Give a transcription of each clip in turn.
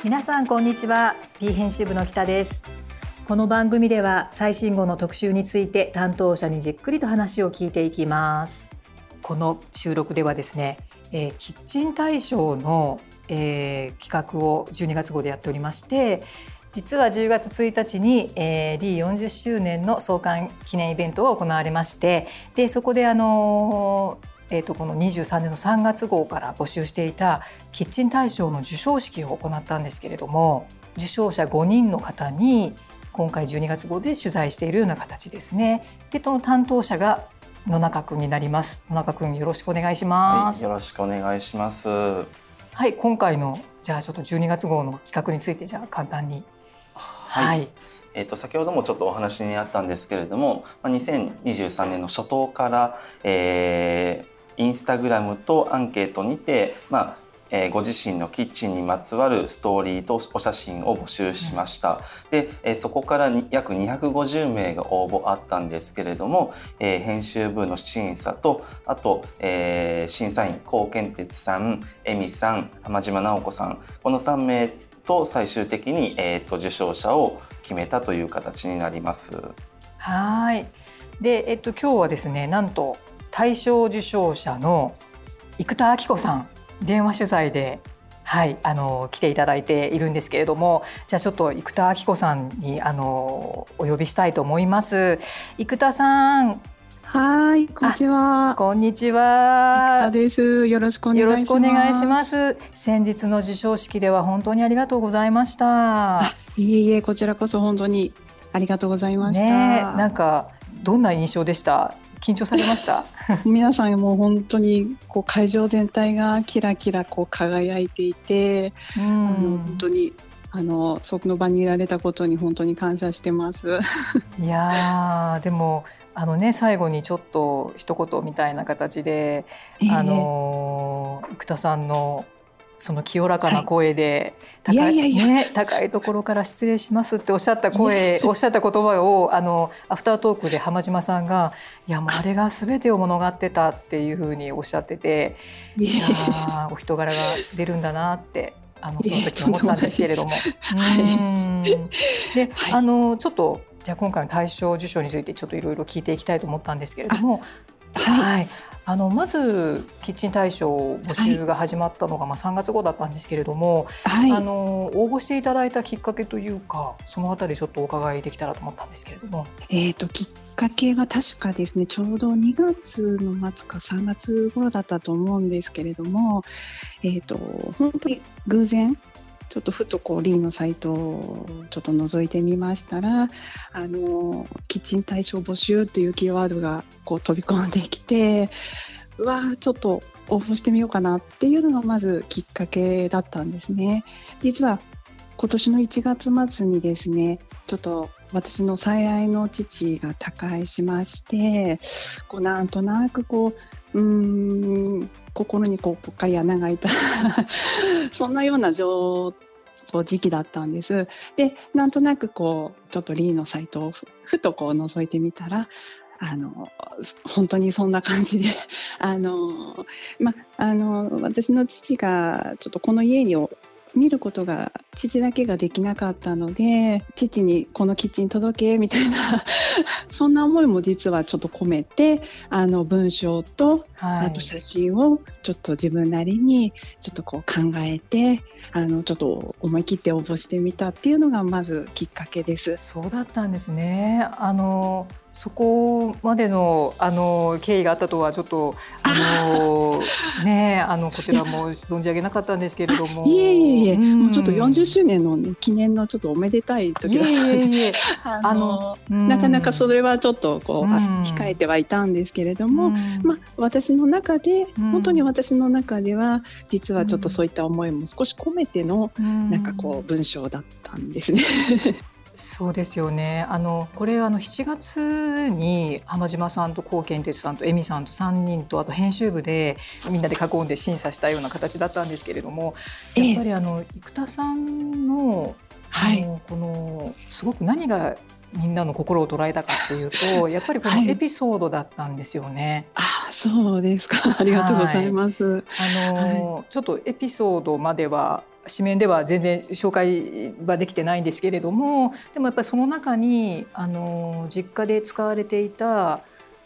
皆さんこんにちは。 D 編集部の北です。この番組では最新号の特集について担当者にじっくりと話を聞いていきます。この収録ではですね、キッチン大賞の、企画を12月号でやっておりまして、実は10月1日に、D40 周年の創刊記念イベントが行われまして、でそこでこの23年の3月号から募集していたキッチン大賞の授賞式を行ったんですけれども、受賞者5人の方に今回12月号で取材しているような形ですね。でその担当者が野中くんになります。野中くん、よろしくお願いします。 はい、よろしくお願いします。 はい、今回のじゃあちょっと12月号の企画についてじゃあ簡単に。 はい、先ほどもちょっとお話にあったんですけれども、2023年の初頭から、インスタグラムとアンケートにて、ご自身のキッチンにまつわるストーリーとお写真を募集しました。で、そこから約250名が応募あったんですけれども、編集部の審査と、あと、審査員高健哲さん、恵美さん、浜島直子さん、この3名と最終的に、受賞者を決めたという形になります。 はい。で、今日はですね、なんと大賞受賞者の生田明子さん、電話取材で、来ていただいているんですけれども、じゃあちょっと生田明子さんにお呼びしたいと思います。生田さん。 はい、こんにちは。 こんにちは。 生田です。よろしくお願いします。 よろしくお願いします。先日の授賞式では本当にありがとうございました。 いえいえ、こちらこそ本当にありがとうございました。 なんかどんな印象でした？緊張されました？ 皆さんもう本当に会場全体がキラキラ輝いていて、本当にその場にいられたことに本当に感謝してます。 いやでも最後にちょっと一言みたいな形で、生田さんのその清らかな声で、高いところから失礼しますっておっしゃった言葉をアフタートークで浜島さんがもうあれが全てを物語ってたっていうふうにおっしゃってて、お人柄が出るんだなってその時思ったんですけれども、でちょっとじゃあ今回の大賞受賞についてちょっといろいろ聞いていきたいと思ったんですけれども、まずキッチン大賞募集が始まったのが3月号だったんですけれども、応募していただいたきっかけというか、そのあたりちょっとお伺いできたらと思ったんですけれども。 きっかけが確かですね、ちょうど2月の末か3月頃だったと思うんですけれども、本当に偶然ちょっとふとリーのサイトをちょっと覗いてみましたら、キッチン大賞募集というキーワードが飛び込んできて、ちょっと応募してみようかなっていうのがまずきっかけだったんですね。実は今年の1月末にですね、ちょっと私の最愛の父が他界しまして、なんとなく心にぽっかり穴が開いたそんなような時期だったんです。で、なんとなくちょっとリーのサイトをふと覗いてみたら、本当にそんな感じで私の父がちょっとこの家を見ることが父だけができなかったので、父にこのキッチン届けみたいなそんな思いも実はちょっと込めて、文章とあと写真をちょっと自分なりにちょっと考えて、ちょっと思い切って応募してみたっていうのがまずきっかけです。 そうだったんですね。そこまでの経緯があったとはちょっとこちらも存じ上げなかったんですけれども。 いえ、もうちょっと40周年の、記念のちょっとおめでたい時だったので、なかなかそれはちょっと控えてはいたんですけれども、私の中で本当に私の中では実はちょっとそういった思いも少し込めての文章だったんですね。 そうですよね。これ7月に浜島さんと高健哲さんと恵美さんと3人と、あと編集部でみんなで囲んで審査したような形だったんですけれども、やっぱり生田さんのこのすごく何がみんなの心を捉えたかっていうと、やっぱりこのエピソードだったんですよね。 そうですか。ありがとうございます。 ちょっとエピソードまでは紙面では全然紹介はできてないんですけれども、でもやっぱりその中に実家で使われていた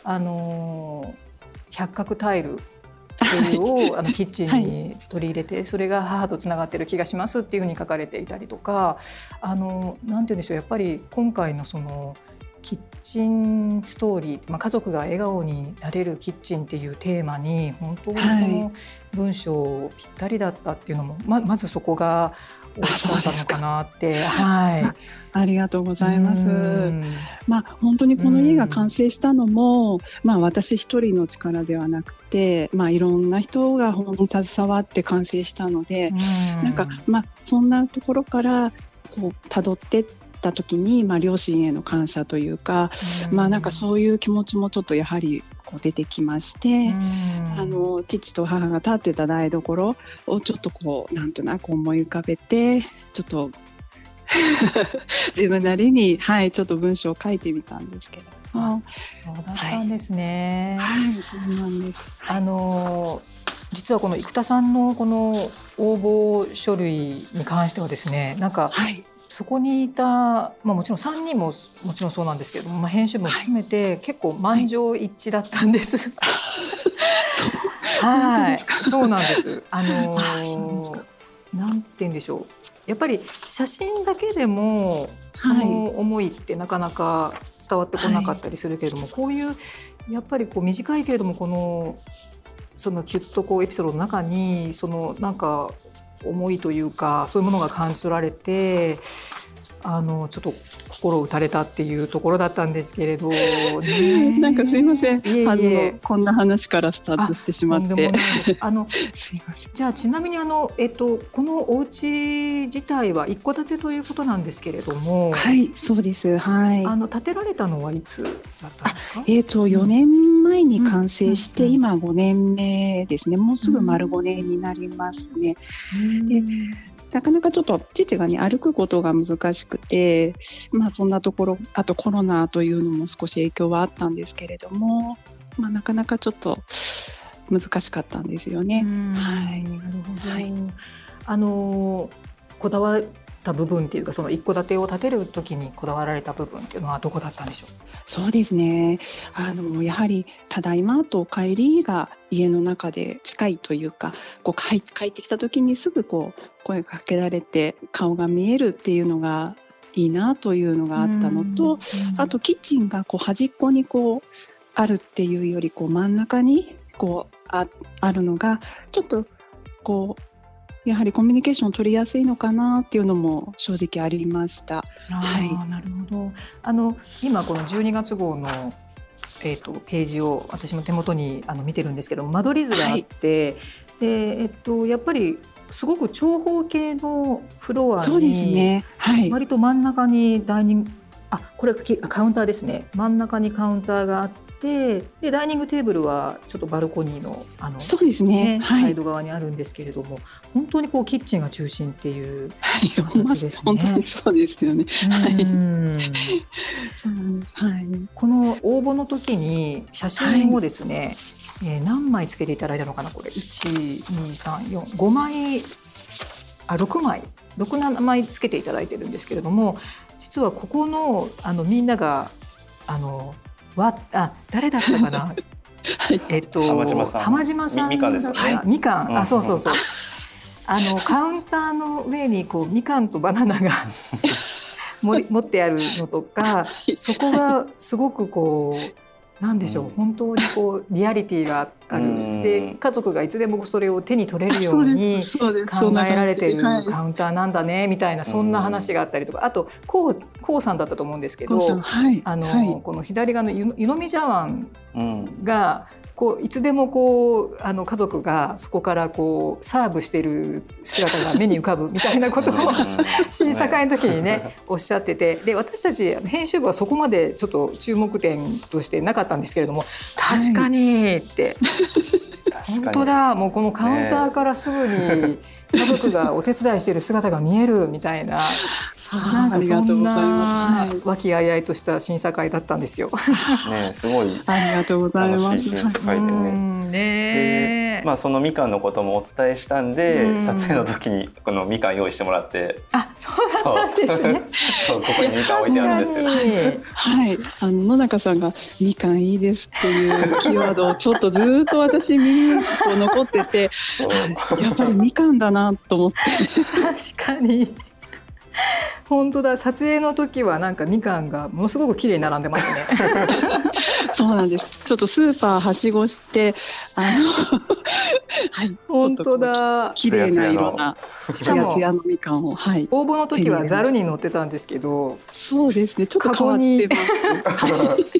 百角タイルっていうをキッチンに取り入れて、それが母とつながってる気がしますっていうふうに書かれていたりとか、なんて言うんでしょう、やっぱり今回のそのキッチンストーリー、家族が笑顔になれるキッチンっていうテーマに本当にこの文章ぴったりだったっていうのも、まずそこが大きかったのかなって。 ありがとうございます。本当にこの家が完成したのも、私一人の力ではなくて、いろんな人が本当に携わって完成したので、なんかそんなところからこう辿ってった時に、両親への感謝というか、なんかそういう気持ちもちょっとやはりこう出てきまして、父と母が立ってた台所をちょっとこうなんとなく思い浮かべて、ちょっと自分なりに、ちょっと文章を書いてみたんですけど。 そうだったんですね。 そうなんです。 実はこの生田さんのこの応募書類に関してはですね、なんか、そこにいた、もちろん3人ももちろんそうなんですけども、編集部も含めて結構満場一致だったんです。そうなんです。なんて言うんでしょう。やっぱり写真だけでもその思いってなかなか伝わってこなかったりするけれども、こういうやっぱりこう短いけれどもそのキュッとこうエピソードの中にそのなんか思いというかそういうものが感じ取られて、ちょっと心を打たれたっていうところだったんですけれど、 なんかすいません、こんな話からスタートしてしまって。 すいません。じゃあちなみにこのお家自体は一戸建てということなんですけれども、 そうです。 建てられたのはいつだったんですか ？4年前に完成して、今5年目ですね。もうすぐ丸5年になりますね。でなかなかちょっと父が歩くことが難しくて、そんなところ、あとコロナというのも少し影響はあったんですけれども、なかなかちょっと難しかったんですよね。 なるほど。こだわった部分っていうか、その一戸建てを建てる時にこだわられた部分っていうのはどこだったんでしょう？ そうですね。やはりただいまとお帰りが家の中で近いというか、こう帰ってきた時にすぐこう声がかけられて顔が見えるっていうのがいいなというのがあったのと、あとキッチンがこう端っこにこうあるっていうより、こう真ん中にこうあるのがちょっとこうやはりコミュニケーション取りやすいのかなっていうのも正直ありました。 なるほど。今この12月号の、ページを私も手元に見てるんですけど、間取り図があって、でやっぱりすごく長方形のフロアに、割と真ん中にダイニング、これカウンターですね。真ん中にカウンターがあって、でダイニングテーブルはちょっとバルコニーのそうですね、 サイド側にあるんですけれども、本当にこうキッチンが中心っていう形ですね。 本当にそうですよね。 この応募の時に写真をですね、何枚つけていただいたのかな、これ1,2,3,4,5枚6,7枚つけていただいてるんですけれども、実はここのみんなが誰だったかな浜島さんみかんですよね。 みかん、そうカウンターの上にこうみかんとバナナが持ってあるのとか、そこがすごくこうなんでしょう、本当にこうリアリティがある。で家族がいつでもそれを手に取れるように考えられているカウンターなんだねみたいな、そんな話があったりとか、あとこうさんだったと思うんですけど、この左側の湯飲み茶碗がこういつでもこう家族がそこからこうサーブしている姿が目に浮かぶみたいなことを審査会の時にねおっしゃってて、で私たち編集部はそこまでちょっと注目点としてなかったんですけれども、確かにって本当だ、もうこのカウンターからすぐに家族がお手伝いしている姿が見えるみたいな。なんかそんな和気あいあいとした審査会だったんですよ。 すごいありがとうございます。 楽しい審査会でね。 まあ、そのみかんのこともお伝えしたんで、 うん撮影の時にこのみかん用意してもらって、 あ、そうだったんですね。 そうここにみかん置いてあるんですよ。 はい、野中さんがみかんいいですっていうキーワードをちょっとずっと私耳にこう残ってて、やっぱりみかんだなと思って。 確かに。本当だ、撮影の時はなんかみかんがものすごく綺麗に並んでますね。 そうなんです。ちょっとスーパーはしごしてはい、 本当だ。 綺麗な色なしかもツヤのみかんを、はい、 応募の時はざるに乗ってたんですけど、 そうですね、ちょっと変わってます。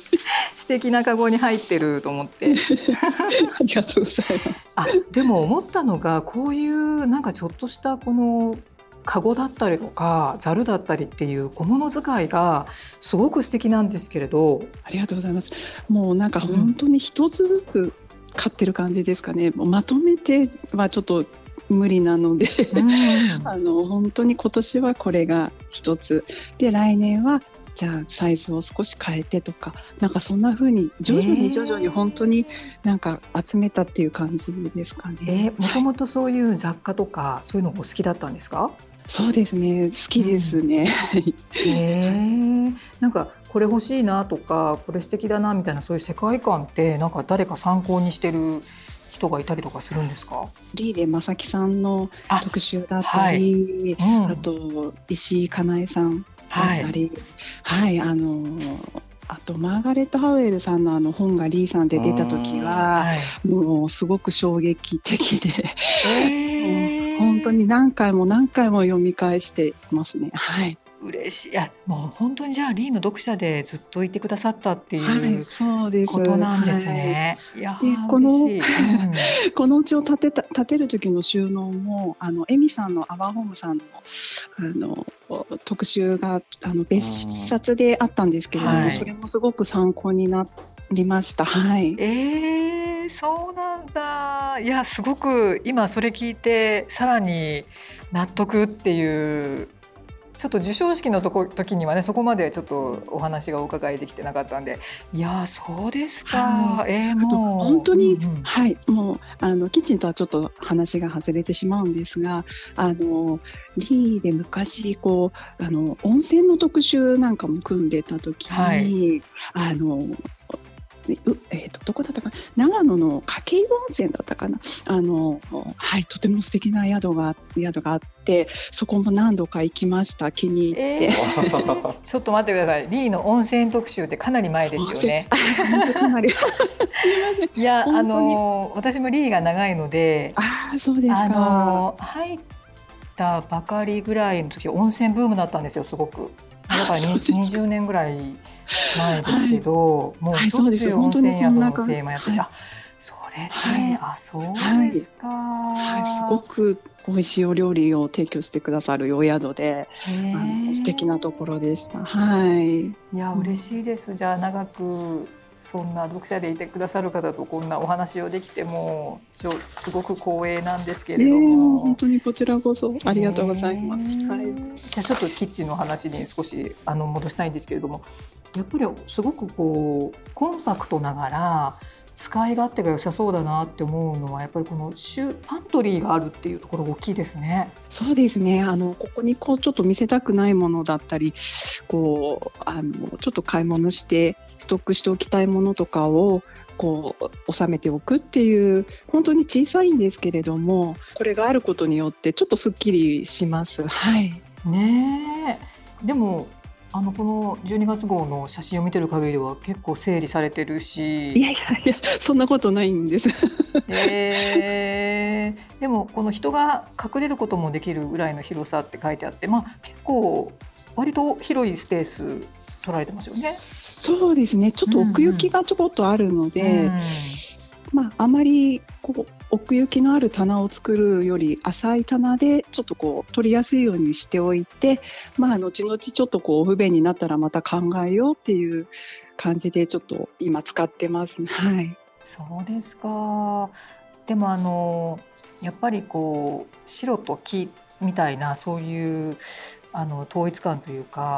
素敵なカゴに入ってると思って。 ありがとうございます。 あ、でも思ったのが、こういうなんかちょっとしたこのカゴだったりとかざるだったりっていう小物使いがすごく素敵なんですけれど。 ありがとうございます。もうなんか本当に一つずつ買ってる感じですかね。もうまとめてはちょっと無理なので、本当に今年はこれが一つで、来年はじゃあサイズを少し変えてとか、なんかそんな風に徐々に本当になんか集めたっていう感じですかね。 もともとそういう雑貨とかそういうのお好きだったんですか？ そうですね、好きですね。 なんかこれ欲しいなとか、これ素敵だなみたいな、そういう世界観ってなんか誰か参考にしてる人がいたりとかするんですか？ リーレ正樹さんの特集だったり、あと石井かなえさんだったり、あとマーガレット・ハウエルさんの本がリーさんで出た時は、もうすごく衝撃的で、本当に何回も読み返してますね。はい。 嬉しい。もう本当にじゃあリーの読者でずっといてくださったっていうことなんですね。いやー、嬉しい。 このうちを建てる時の収納もエミさんのアワーホームさんの特集が別冊であったんですけれども、それもすごく参考になりました。はい。 そうなんだ。いや、すごく今それ聞いてさらに納得っていう。ちょっと授賞式の時にはね、そこまでちょっとお話がお伺いできてなかったんで、いやそうですか。 もう本当に、はい、もうキッチンとはちょっと話が外れてしまうんですが、リーで昔こう温泉の特集なんかも組んでた時に、どこだったかな、長野の筧温泉だったかな、とても素敵な宿があって、そこも何度か行きました。気に入って、 ちょっと待ってください。リーの温泉特集ってかなり前ですよね。 かなりいや、私もリーが長いので、 そうですか。 入ったばかりぐらいの時、温泉ブームだったんですよ、すごく。だから20年ぐらい前ですけど、もうしょっちゅう温泉宿のテーマやってた。それで、そうですか。 すごく美味しいお料理を提供してくださるお宿で、素敵なところでした。いや、嬉しいです。じゃあ長くそんな読者でいてくださる方とこんなお話をできてもすごく光栄なんですけれども、 本当にこちらこそありがとうございます。 じゃあちょっとキッチンの話に少し戻したいんですけれども、やっぱりすごくこうコンパクトながら使い勝手が良さそうだなって思うのは、やっぱりこのパントリーがあるっていうところ大きいですね。 そうですね。ここにちょっと見せたくないものだったり、ちょっと買い物してストックしておきたいものとかを収めておくっていう、本当に小さいんですけれども、これがあることによってちょっとすっきりします。 でもこの12月号の写真を見てる限りでは結構整理されてるし。 いやそんなことないんです。 でもこの人が隠れることもできるぐらいの広さって書いてあって、結構割と広いスペース取られてますよね。 そうですね。ちょっと奥行きがちょこっとあるので、あまり奥行きのある棚を作るより浅い棚でちょっと取りやすいようにしておいて、後々ちょっと不便になったらまた考えようっていう感じでちょっと今使ってます。 そうですか。でもやっぱり白と黄みたいなそういう統一感というか、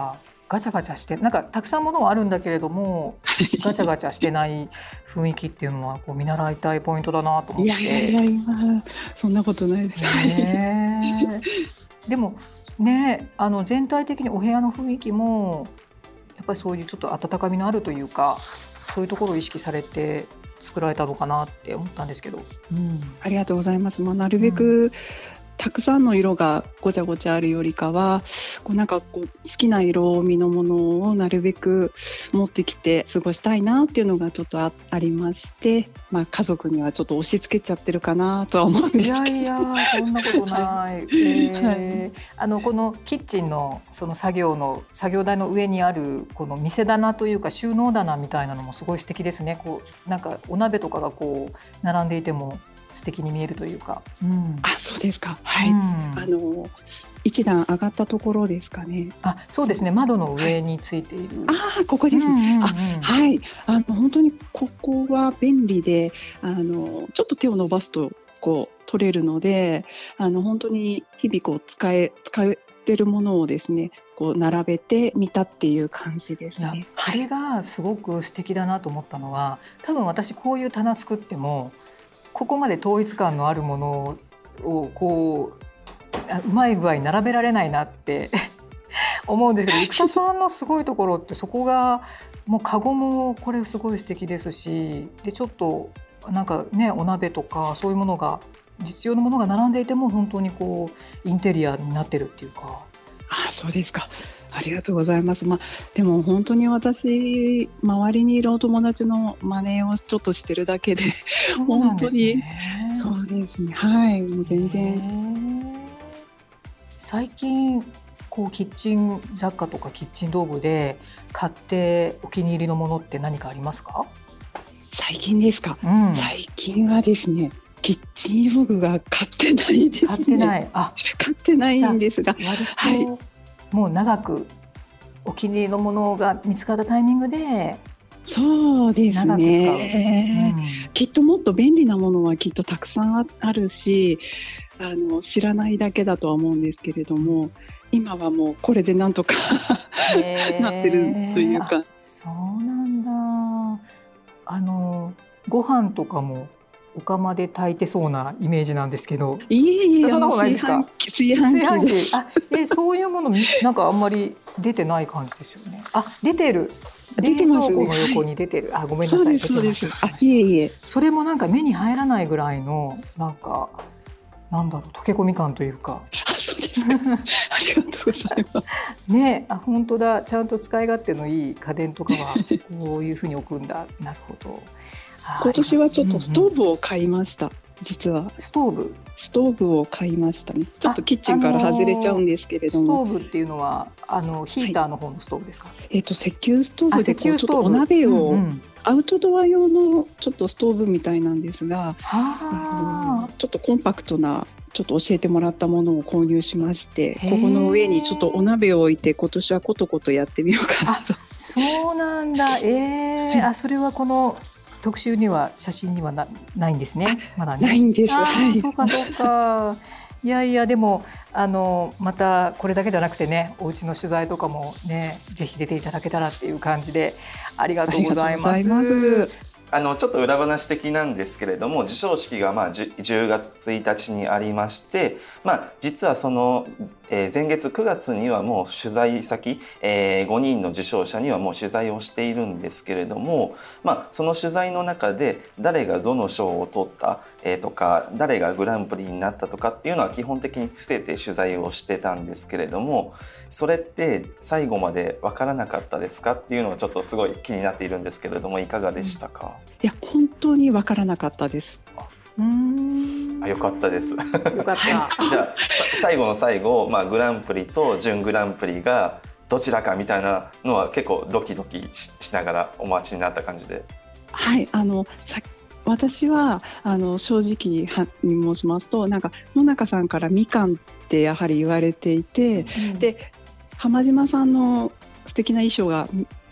ガチャガチャしてなんかたくさんものはあるんだけれどもガチャガチャしてない雰囲気っていうのはこう見習いたいポイントだなと思って。 いや今そんなことないですね。でもね、全体的にお部屋の雰囲気もやっぱりそういうちょっと温かみのあるというか、そういうところを意識されて作られたのかなって思ったんですけど、 ありがとうございます。なるべく、たくさんの色がごちゃごちゃあるよりかはなんか好きな色味のものをなるべく持ってきて過ごしたいなっていうのがちょっと ありまして、家族にはちょっと押し付けちゃってるかなとは思うんですけど。 いやそんなことない、このキッチンのその作業台の上にあるこの見せ棚というか収納棚みたいなのもすごい素敵ですね。なんかお鍋とかが並んでいても素敵に見えるというか、 そうですか。はい、一段上がったところですかね。 そうですね。窓の上についている。 ここですね。はい。本当にここは便利で、ちょっと手を伸ばすと取れるので、本当に日々使えてるものをですね、並べてみたっていう感じですね。 あれがすごく素敵だなと思ったのは、多分私こういう棚作ってもここまで統一感のあるものをうまい具合に並べられないなって思うんですけど、生田さんのすごいところってそこがもうカゴもこれすごい素敵ですし、でちょっとなんかね、お鍋とかそういうものが実用のものが並んでいても本当にインテリアになってるっていうか。 そうですか。ありがとうございます。でも本当に私周りにいるお友達の真似をちょっとしてるだけで、本当にそうですね。はい、もう全然。 最近キッチン雑貨とかキッチン道具で買ってお気に入りのものって何かありますか？ 最近ですか。最近はですね、キッチン道具が買ってないですね。買ってないんですが、 割ともう長くお気に入りのものが見つかったタイミングで、 そうですね、きっともっと便利なものはきっとたくさんあるし、知らないだけだとは思うんですけれども、今はもうこれでなんとかなってるというか。 そうなんだ。ご飯とかもお釜で炊いてそうなイメージなんですけど。そんなことないですか？ 炊飯器です。 そういうものなんかあんまり出てない感じですよね。出てる。 出てますね。 冷蔵庫の横に出てる。ごめんなさい。 そうです。いえ。 それもなんか目に入らないぐらいのなんか溶け込み感というか。 そうですか。ありがとうございます。 ね、本当だ。ちゃんと使い勝手のいい家電とかはこういうふうに置くんだ。なるほど。 今年はちょっとストーブを買いました。実はストーブを買いましたね。ちょっとキッチンから外れちゃうんですけれども、 ストーブっていうのはヒーターの方のストーブですか？ 石油ストーブでちょっとお鍋を、アウトドア用のちょっとストーブみたいなんですが、ちょっとコンパクトな、ちょっと教えてもらったものを購入しまして、ここの上にちょっとお鍋を置いて今年はコトコトやってみようかなと。 そうなんだ。それはこの特集には写真にはないんですね。まだね。 ないんです。 そうか。いやでもまたこれだけじゃなくてね、お家の取材とかもね、ぜひ出ていただけたらっていう感じで、ありがとうございます。 ちょっと裏話的なんですけれども、授賞式が10月1日にありまして、実はその、前月9月にはもう取材先、5人の受賞者にはもう取材をしているんですけれども、その取材の中で誰がどの賞を取った、とか誰がグランプリになったとかっていうのは基本的に伏せて取材をしてたんですけれども、それって最後まで分からなかったですかっていうのをちょっとすごい気になっているんですけれども、いかがでしたか？ いや、本当に分からなかったです。 よかったです。よかった。じゃあ最後の最後、グランプリと準グランプリがどちらかみたいなのは結構ドキドキ しながらお待ちになった感じで。 はい、私は正直に申しますと、なんか野中さんからみかんってやはり言われていて、で浜島さんの素敵な衣装が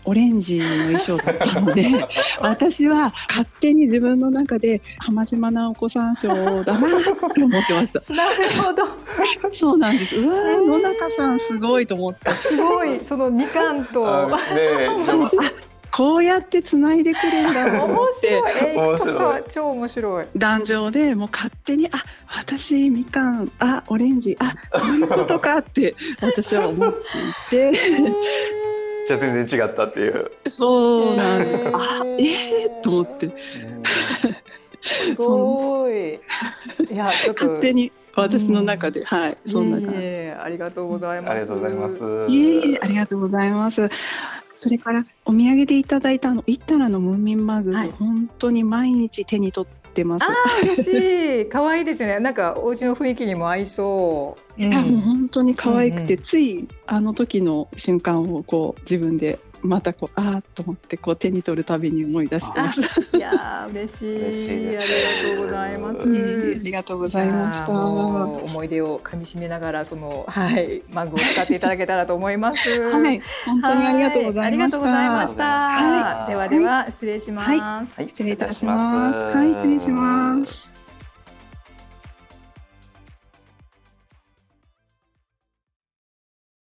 オレンジの衣装だったので私は勝手に自分の中で浜島直子さん賞だなって思ってました。 なるほど。 そうなんです。うわー、野中さんすごいと思って。 すごい、そのみかんとこうやって繋いでくるんだと思って。 面白い。超面白い。 壇上でもう勝手に私みかん、オレンジ、そういうことかって私は思っていてじゃあ全然違ったっていう。 そうなんです。と思って。 すごい。いや、ちょっと勝手に私の中で、はい、そんな感じ。 ありがとうございます。 ありがとうございます。 ありがとうございます。それからお土産でいただいたイッタラのムーミンマグ、本当に毎日手に取ってます。 嬉しい。可愛いですね。なんかお家の雰囲気にも合いそう。 もう本当に可愛くて、ついあの時の瞬間をこう自分でまたと思って手に取るたびに思い出してます。 いや嬉しい。ありがとうございます。 ありがとうございました。 思い出をかみしめながらマグを使っていただけたらと思います。 はい、本当にありがとうございました。 では失礼します。 失礼いたします。はい、失礼します。